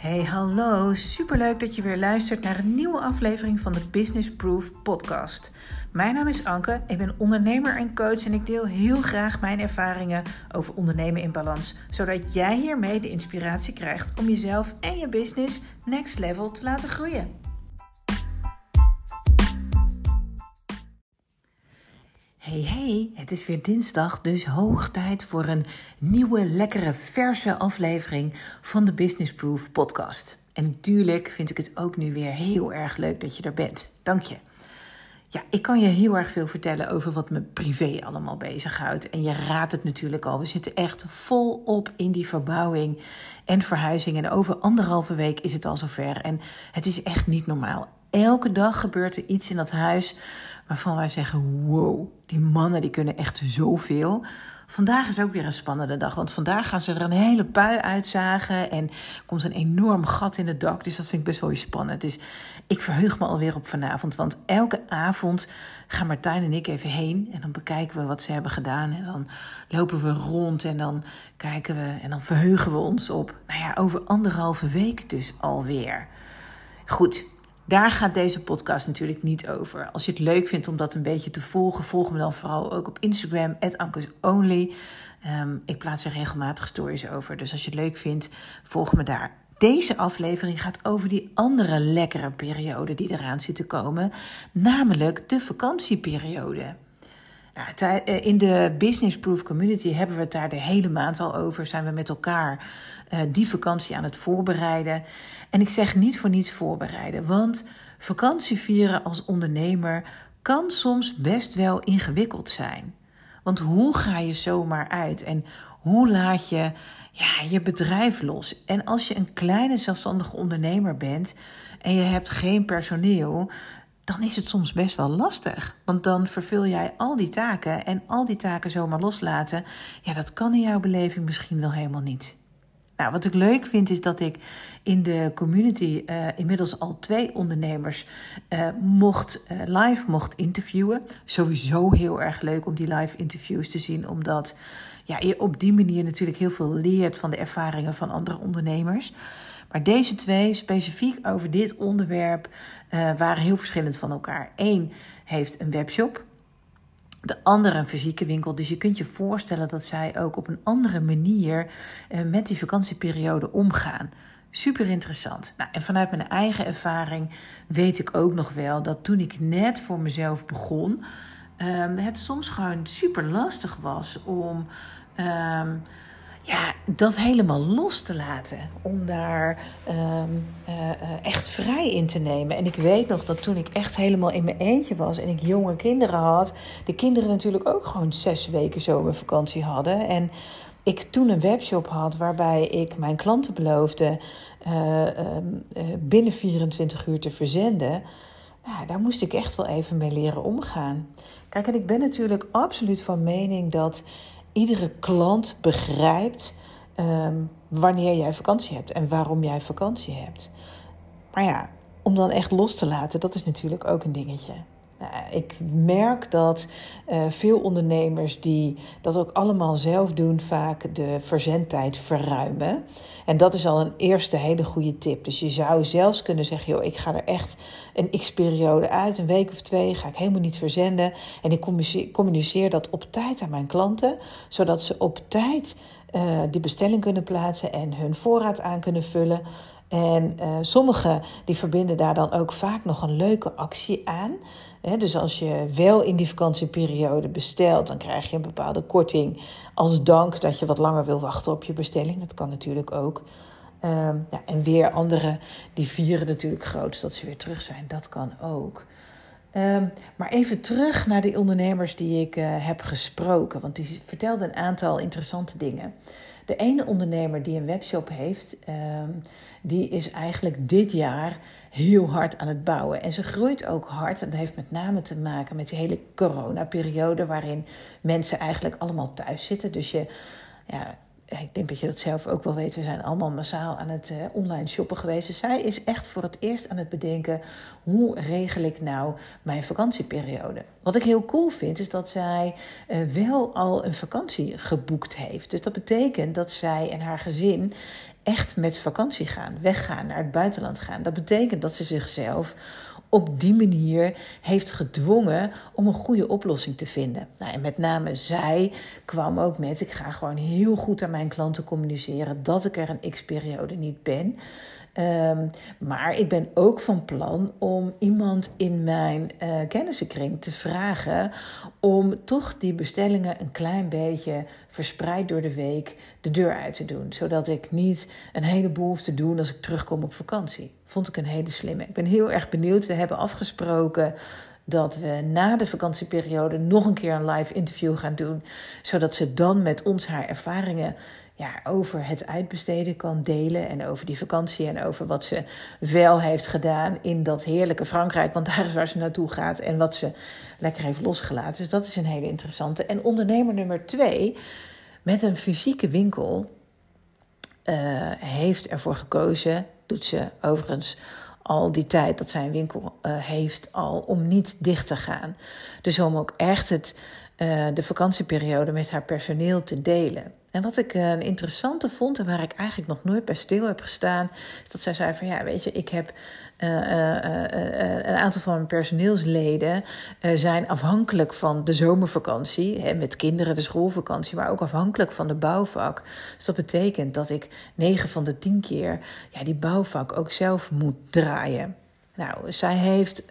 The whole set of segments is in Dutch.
Hey, hallo. Superleuk dat je weer luistert naar een nieuwe aflevering van de Business Proof podcast. Mijn naam is Anke, ik ben ondernemer en coach en ik deel heel graag mijn ervaringen over ondernemen in balans, zodat jij hiermee de inspiratie krijgt om jezelf en je business next level te laten groeien. Hey, het is weer dinsdag, dus hoog tijd voor een nieuwe, lekkere, verse aflevering van de Business Proof podcast. En natuurlijk vind ik het ook nu weer heel erg leuk dat je er bent. Dank je. Ja, ik kan je heel erg veel vertellen over wat me privé allemaal bezighoudt. En je raadt het natuurlijk al, we zitten echt volop in die verbouwing en verhuizing. En over 1,5 week is het al zover en het is echt niet normaal. Elke dag gebeurt er iets in dat huis waarvan wij zeggen, wow, die mannen die kunnen echt zoveel. Vandaag is ook weer een spannende dag, want vandaag gaan ze er een hele pui uitzagen en komt een enorm gat in het dak. Dus dat vind ik best wel weer spannend. Dus ik verheug me alweer op vanavond, want elke avond gaan Martijn en ik even heen en dan bekijken we wat ze hebben gedaan. En dan lopen we rond en dan kijken we en dan verheugen we ons op, over 1,5 week dus alweer. Goed. Daar gaat deze podcast natuurlijk niet over. Als je het leuk vindt om dat een beetje te volgen, volg me dan vooral ook op Instagram, @ankesonly. Ik plaats er regelmatig stories over. Dus als je het leuk vindt, volg me daar. Deze aflevering gaat over die andere lekkere periode die eraan zit te komen. Namelijk de vakantieperiode. Nou, in de Business Proof Community hebben we het daar de hele maand al over. Zijn we met elkaar die vakantie aan het voorbereiden. En ik zeg niet voor niets voorbereiden. Want vakantie vieren als ondernemer kan soms best wel ingewikkeld zijn. Want hoe ga je zomaar uit? En hoe laat je je bedrijf los? En als je een kleine zelfstandige ondernemer bent en je hebt geen personeel, dan is het soms best wel lastig. Want dan vervul jij al die taken en al die taken zomaar loslaten, dat kan in jouw beleving misschien wel helemaal niet. Nou, wat ik leuk vind is dat ik in de community inmiddels al 2 ondernemers live mocht interviewen. Sowieso heel erg leuk om die live interviews te zien, omdat je op die manier natuurlijk heel veel leert van de ervaringen van andere ondernemers. Maar deze 2, specifiek over dit onderwerp, waren heel verschillend van elkaar. Eén heeft een webshop, de andere een fysieke winkel. Dus je kunt je voorstellen dat zij ook op een andere manier met die vakantieperiode omgaan. Super interessant. Nou, en vanuit mijn eigen ervaring weet ik ook nog wel dat toen ik net voor mezelf begon, het soms gewoon super lastig was om dat helemaal los te laten. Om daar echt vrij in te nemen. En ik weet nog dat toen ik echt helemaal in mijn eentje was en ik jonge kinderen had, de kinderen natuurlijk ook gewoon 6 weken zomervakantie hadden. En ik toen een webshop had waarbij ik mijn klanten beloofde binnen 24 uur te verzenden. Nou, daar moest ik echt wel even mee leren omgaan. Kijk, en ik ben natuurlijk absoluut van mening dat iedere klant begrijpt wanneer jij vakantie hebt en waarom jij vakantie hebt. Maar om dan echt los te laten, dat is natuurlijk ook een dingetje. Ik merk dat veel ondernemers die dat ook allemaal zelf doen, vaak de verzendtijd verruimen. En dat is al een eerste hele goede tip. Dus je zou zelfs kunnen zeggen, ik ga er echt een x-periode uit, 1 week of 2, ga ik helemaal niet verzenden. En ik communiceer dat op tijd aan mijn klanten, zodat ze op tijd die bestelling kunnen plaatsen en hun voorraad aan kunnen vullen. En sommigen die verbinden daar dan ook vaak nog een leuke actie aan. Dus als je wel in die vakantieperiode bestelt, dan krijg je een bepaalde korting als dank dat je wat langer wil wachten op je bestelling. Dat kan natuurlijk ook. En weer anderen die vieren natuurlijk groots dat ze weer terug zijn. Dat kan ook. Maar even terug naar die ondernemers die ik heb gesproken. Want die vertelden een aantal interessante dingen. De ene ondernemer die een webshop heeft, die is eigenlijk dit jaar heel hard aan het bouwen. En ze groeit ook hard. En dat heeft met name te maken met die hele coronaperiode, waarin mensen eigenlijk allemaal thuis zitten. Dus ik denk dat je dat zelf ook wel weet. We zijn allemaal massaal aan het online shoppen geweest. Dus zij is echt voor het eerst aan het bedenken, hoe regel ik nou mijn vakantieperiode? Wat ik heel cool vind, is dat zij wel al een vakantie geboekt heeft. Dus dat betekent dat zij en haar gezin echt met vakantie gaan, weggaan, naar het buitenland gaan. Dat betekent dat ze zichzelf op die manier heeft gedwongen om een goede oplossing te vinden. Nou, en met name zij kwam ook met: ik ga gewoon heel goed aan mijn klanten communiceren dat ik er een x-periode niet ben. Maar ik ben ook van plan om iemand in mijn kennissenkring te vragen om toch die bestellingen een klein beetje verspreid door de week de deur uit te doen. Zodat ik niet een heleboel hoef te doen als ik terugkom op vakantie. Vond ik een hele slimme. Ik ben heel erg benieuwd. We hebben afgesproken dat we na de vakantieperiode nog een keer een live interview gaan doen. Zodat ze dan met ons haar ervaringen over het uitbesteden kan delen. En over die vakantie en over wat ze wel heeft gedaan in dat heerlijke Frankrijk. Want daar is waar ze naartoe gaat. En wat ze lekker heeft losgelaten. Dus dat is een hele interessante. En ondernemer nummer 2 met een fysieke winkel heeft ervoor gekozen. Doet ze overigens al die tijd dat zij een winkel heeft al om niet dicht te gaan. Dus om ook echt de vakantieperiode met haar personeel te delen. En wat ik een interessante vond en waar ik eigenlijk nog nooit bij stil heb gestaan, is dat zij zei van weet je, ik heb een aantal van mijn personeelsleden zijn afhankelijk van de zomervakantie, met kinderen de schoolvakantie, maar ook afhankelijk van de bouwvak. Dus dat betekent dat ik 9 van de 10 keer die bouwvak ook zelf moet draaien. Nou, zij heeft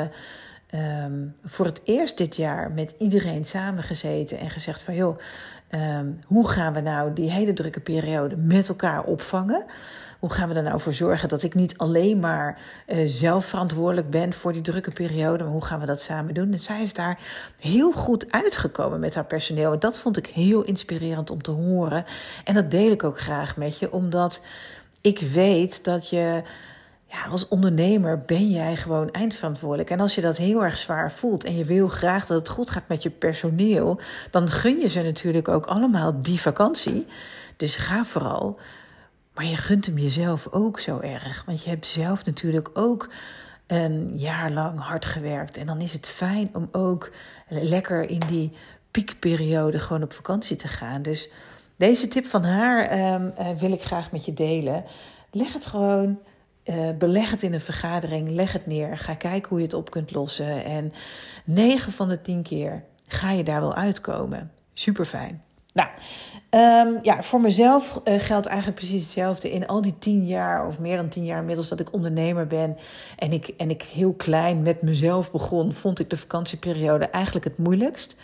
voor het eerst dit jaar met iedereen samengezeten en gezegd van hoe gaan we nou die hele drukke periode met elkaar opvangen? Hoe gaan we er nou voor zorgen dat ik niet alleen maar zelf verantwoordelijk ben voor die drukke periode, maar hoe gaan we dat samen doen? En zij is daar heel goed uitgekomen met haar personeel. En dat vond ik heel inspirerend om te horen. En dat deel ik ook graag met je, omdat ik weet dat je als ondernemer ben jij gewoon eindverantwoordelijk. En als je dat heel erg zwaar voelt en je wil graag dat het goed gaat met je personeel, dan gun je ze natuurlijk ook allemaal die vakantie. Dus ga vooral. Maar je gunt hem jezelf ook zo erg. Want je hebt zelf natuurlijk ook een jaar lang hard gewerkt. En dan is het fijn om ook lekker in die piekperiode gewoon op vakantie te gaan. Dus deze tip van haar wil ik graag met je delen. Leg het gewoon. Beleg het in een vergadering, leg het neer. Ga kijken hoe je het op kunt lossen. En 9 van de 10 keer ga je daar wel uitkomen. Super fijn. Nou, voor mezelf geldt eigenlijk precies hetzelfde. In al die 10 jaar of meer dan 10 jaar inmiddels dat ik ondernemer ben en ik heel klein met mezelf begon, vond ik de vakantieperiode eigenlijk het moeilijkst.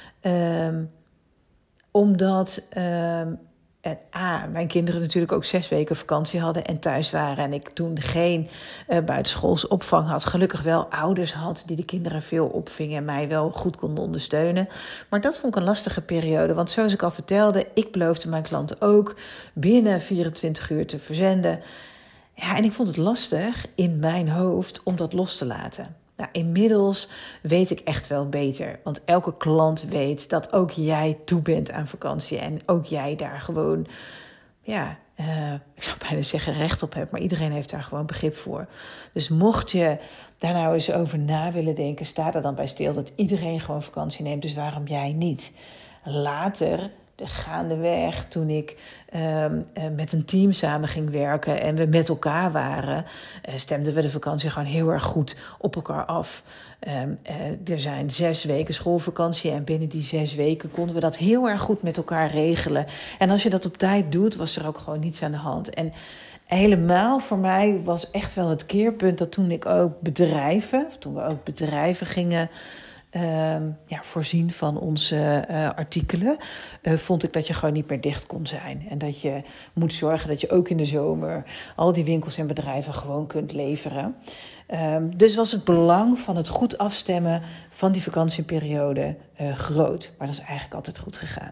Omdat mijn kinderen natuurlijk ook 6 weken vakantie hadden en thuis waren. En ik toen geen buitenschoolse opvang had. Gelukkig wel ouders had die de kinderen veel opvingen en mij wel goed konden ondersteunen. Maar dat vond ik een lastige periode. Want zoals ik al vertelde, ik beloofde mijn klanten ook binnen 24 uur te verzenden. Ja, en ik vond het lastig in mijn hoofd om dat los te laten. Nou, inmiddels weet ik echt wel beter. Want elke klant weet dat ook jij toe bent aan vakantie. En ook jij daar gewoon, ik zou bijna zeggen recht op hebt. Maar iedereen heeft daar gewoon begrip voor. Dus mocht je daar nou eens over na willen denken, sta er dan bij stil dat iedereen gewoon vakantie neemt. Dus waarom jij niet? Later, gaandeweg, toen ik met een team samen ging werken en we met elkaar waren, stemden we de vakantie gewoon heel erg goed op elkaar af. Er zijn 6 weken schoolvakantie en binnen die 6 weken konden we dat heel erg goed met elkaar regelen. En als je dat op tijd doet, was er ook gewoon niets aan de hand. En helemaal voor mij was echt wel het keerpunt dat toen we ook bedrijven gingen voorzien van onze artikelen, vond ik dat je gewoon niet meer dicht kon zijn. En dat je moet zorgen dat je ook in de zomer al die winkels en bedrijven gewoon kunt leveren. Dus was het belang van het goed afstemmen van die vakantieperiode groot. Maar dat is eigenlijk altijd goed gegaan.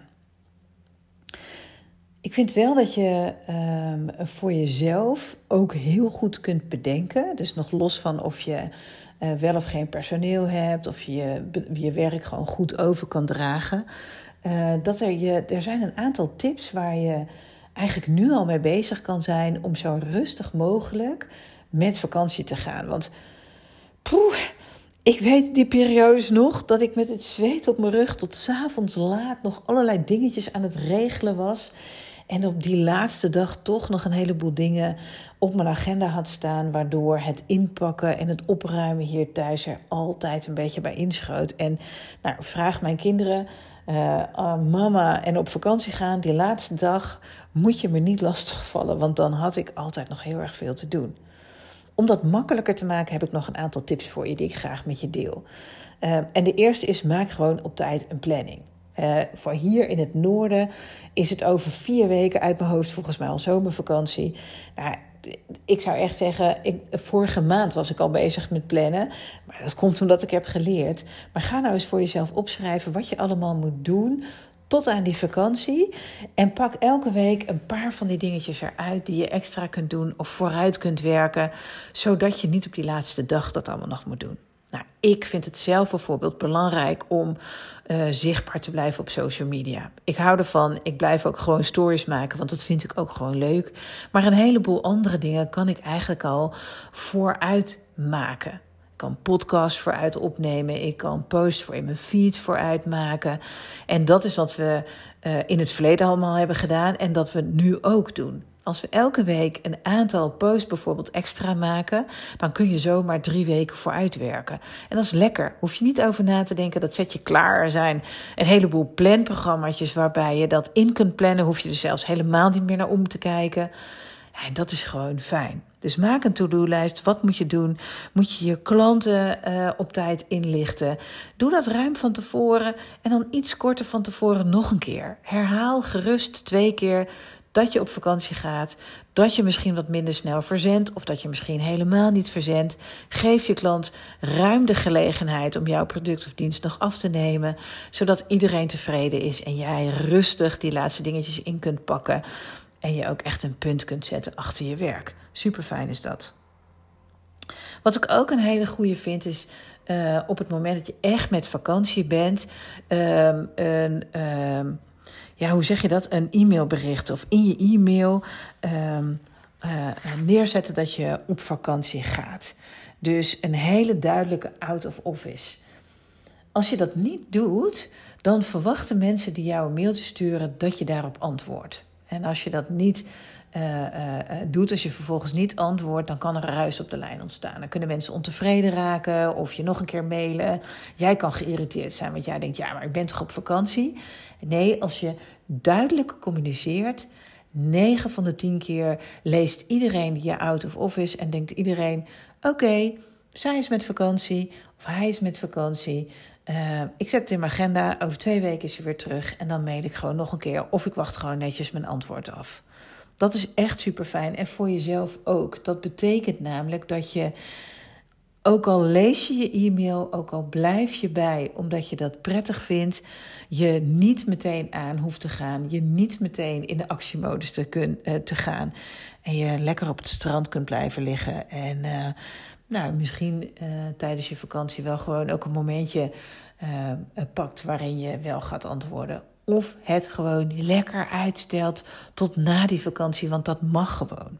Ik vind wel dat je voor jezelf ook heel goed kunt bedenken. Dus nog los van of je wel of geen personeel hebt, of je werk gewoon goed over kan dragen. Er zijn een aantal tips waar je eigenlijk nu al mee bezig kan zijn om zo rustig mogelijk met vakantie te gaan. Want Ik weet die periodes nog dat ik met het zweet op mijn rug tot 's avonds laat nog allerlei dingetjes aan het regelen was. En op die laatste dag toch nog een heleboel dingen op mijn agenda had staan, waardoor het inpakken en het opruimen hier thuis er altijd een beetje bij inschoot. En vraag mijn kinderen, mama en op vakantie gaan, die laatste dag moet je me niet lastigvallen, want dan had ik altijd nog heel erg veel te doen. Om dat makkelijker te maken heb ik nog een aantal tips voor je die ik graag met je deel. En de eerste is, maak gewoon op tijd een planning. Voor hier in het noorden is het over 4 weken uit mijn hoofd volgens mij al zomervakantie. Nou, ik zou echt zeggen, vorige maand was ik al bezig met plannen. Maar dat komt omdat ik heb geleerd. Maar ga nou eens voor jezelf opschrijven wat je allemaal moet doen tot aan die vakantie. En pak elke week een paar van die dingetjes eruit die je extra kunt doen of vooruit kunt werken, zodat je niet op die laatste dag dat allemaal nog moet doen. Nou, ik vind het zelf bijvoorbeeld belangrijk om zichtbaar te blijven op social media. Ik hou ervan. Ik blijf ook gewoon stories maken, want dat vind ik ook gewoon leuk. Maar een heleboel andere dingen kan ik eigenlijk al vooruit maken. Ik kan podcasts vooruit opnemen. Ik kan posts voor in mijn feed vooruit maken. En dat is wat we in het verleden allemaal hebben gedaan en dat we nu ook doen. Als we elke week een aantal posts bijvoorbeeld extra maken, dan kun je zomaar 3 weken vooruit werken. En dat is lekker. Hoef je niet over na te denken, dat zet je klaar. Er zijn een heleboel planprogramma's waarbij je dat in kunt plannen. Hoef je er zelfs helemaal niet meer naar om te kijken. Ja, en dat is gewoon fijn. Dus maak een to-do-lijst. Wat moet je doen? Moet je je klanten op tijd inlichten? Doe dat ruim van tevoren en dan iets korter van tevoren nog een keer. Herhaal gerust 2 keer dat je op vakantie gaat, dat je misschien wat minder snel verzendt of dat je misschien helemaal niet verzendt. Geef je klant ruim de gelegenheid om jouw product of dienst nog af te nemen, zodat iedereen tevreden is en jij rustig die laatste dingetjes in kunt pakken en je ook echt een punt kunt zetten achter je werk. Super fijn is dat. Wat ik ook een hele goede vind is op het moment dat je echt met vakantie bent, hoe zeg je dat? Een e-mailbericht of in je e-mail neerzetten dat je op vakantie gaat. Dus een hele duidelijke out of office. Als je dat niet doet, dan verwachten mensen die jou een mailtje sturen dat je daarop antwoordt. En als je dat niet doet, als je vervolgens niet antwoordt, dan kan er ruis op de lijn ontstaan. Dan kunnen mensen ontevreden raken of je nog een keer mailen. Jij kan geïrriteerd zijn, want jij denkt, ja, maar ik ben toch op vakantie? Nee, als je duidelijk communiceert, 9 van de 10 keer leest iedereen die je out of office en denkt iedereen, oké, zij is met vakantie of hij is met vakantie. Ik zet het in mijn agenda, over 2 weken is hij weer terug en dan mail ik gewoon nog een keer of ik wacht gewoon netjes mijn antwoord af. Dat is echt super fijn en voor jezelf ook. Dat betekent namelijk dat je, ook al lees je je e-mail, ook al blijf je bij omdat je dat prettig vindt, je niet meteen aan hoeft te gaan. Je niet meteen in de actiemodus te gaan. En je lekker op het strand kunt blijven liggen. En misschien tijdens je vakantie wel gewoon ook een momentje pakt waarin je wel gaat antwoorden. Of het gewoon lekker uitstelt tot na die vakantie, want dat mag gewoon.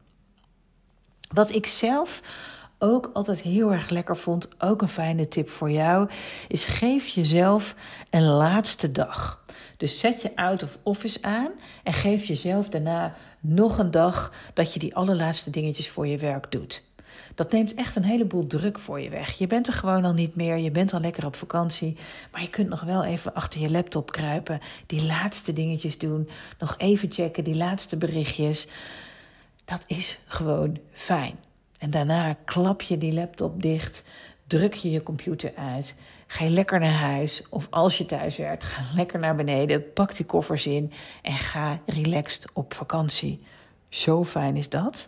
Wat ik zelf ook altijd heel erg lekker vond, ook een fijne tip voor jou, is geef jezelf een laatste dag. Dus zet je out of office aan en geef jezelf daarna nog een dag dat je die allerlaatste dingetjes voor je werk doet. Dat neemt echt een heleboel druk voor je weg. Je bent er gewoon al niet meer, je bent al lekker op vakantie, maar je kunt nog wel even achter je laptop kruipen, die laatste dingetjes doen, nog even checken, die laatste berichtjes. Dat is gewoon fijn. En daarna klap je die laptop dicht, druk je je computer uit, ga je lekker naar huis. Of als je thuis werkt, ga lekker naar beneden, pak die koffers in en ga relaxed op vakantie. Zo fijn is dat.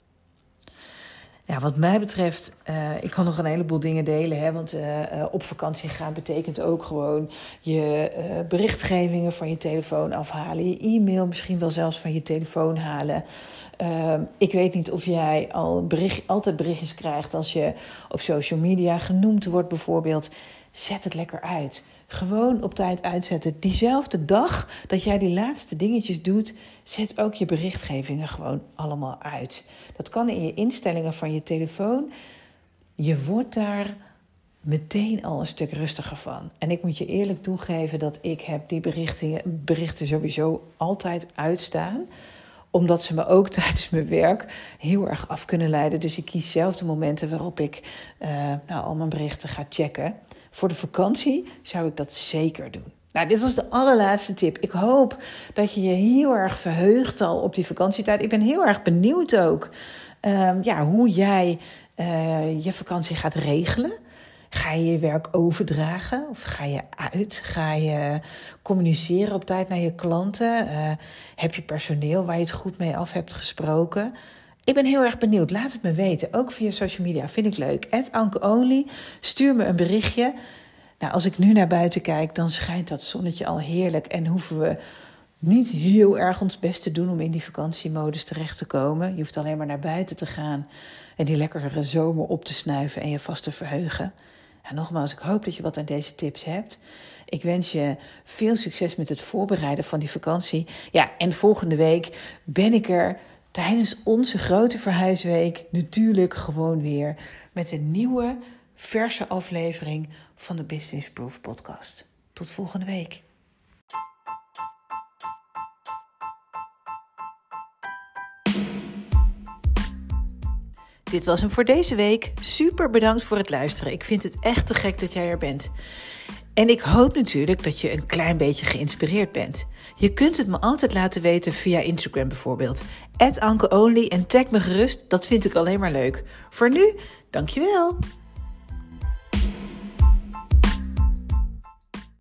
Ja, wat mij betreft, ik kan nog een heleboel dingen delen. Hè, want op vakantie gaan betekent ook gewoon je berichtgevingen van je telefoon afhalen. Je e-mail misschien wel zelfs van je telefoon halen. Ik weet niet of jij altijd berichtjes krijgt als je op social media genoemd wordt bijvoorbeeld. Zet het lekker uit. Gewoon op tijd uitzetten. Diezelfde dag dat jij die laatste dingetjes doet, zet ook je berichtgevingen gewoon allemaal uit. Dat kan in je instellingen van je telefoon. Je wordt daar meteen al een stuk rustiger van. En ik moet je eerlijk toegeven dat ik heb die berichten sowieso altijd uitstaan, omdat ze me ook tijdens mijn werk heel erg af kunnen leiden. Dus ik kies zelf de momenten waarop ik al mijn berichten ga checken. Voor de vakantie zou ik dat zeker doen. Nou, dit was de allerlaatste tip. Ik hoop dat je je heel erg verheugt al op die vakantietijd. Ik ben heel erg benieuwd ook hoe jij je vakantie gaat regelen. Ga je je werk overdragen of ga je uit? Ga je communiceren op tijd naar je klanten? Heb je personeel waar je het goed mee af hebt gesproken? Ik ben heel erg benieuwd. Laat het me weten. Ook via social media. Vind ik leuk. @AnkeOnly. Stuur me een berichtje. Nou, als ik nu naar buiten kijk, dan schijnt dat zonnetje al heerlijk. En hoeven we niet heel erg ons best te doen om in die vakantiemodus terecht te komen. Je hoeft alleen maar naar buiten te gaan en die lekkere zomer op te snuiven en je vast te verheugen. En nogmaals, ik hoop dat je wat aan deze tips hebt. Ik wens je veel succes met het voorbereiden van die vakantie. Ja, en volgende week ben ik er tijdens onze grote verhuisweek natuurlijk gewoon weer met een nieuwe, verse aflevering van de Business Proof podcast. Tot volgende week. Dit was hem voor deze week. Super bedankt voor het luisteren. Ik vind het echt te gek dat jij er bent. En ik hoop natuurlijk dat je een klein beetje geïnspireerd bent. Je kunt het me altijd laten weten via Instagram bijvoorbeeld. @AnkeOnly en tag me gerust, dat vind ik alleen maar leuk. Voor nu, dankjewel.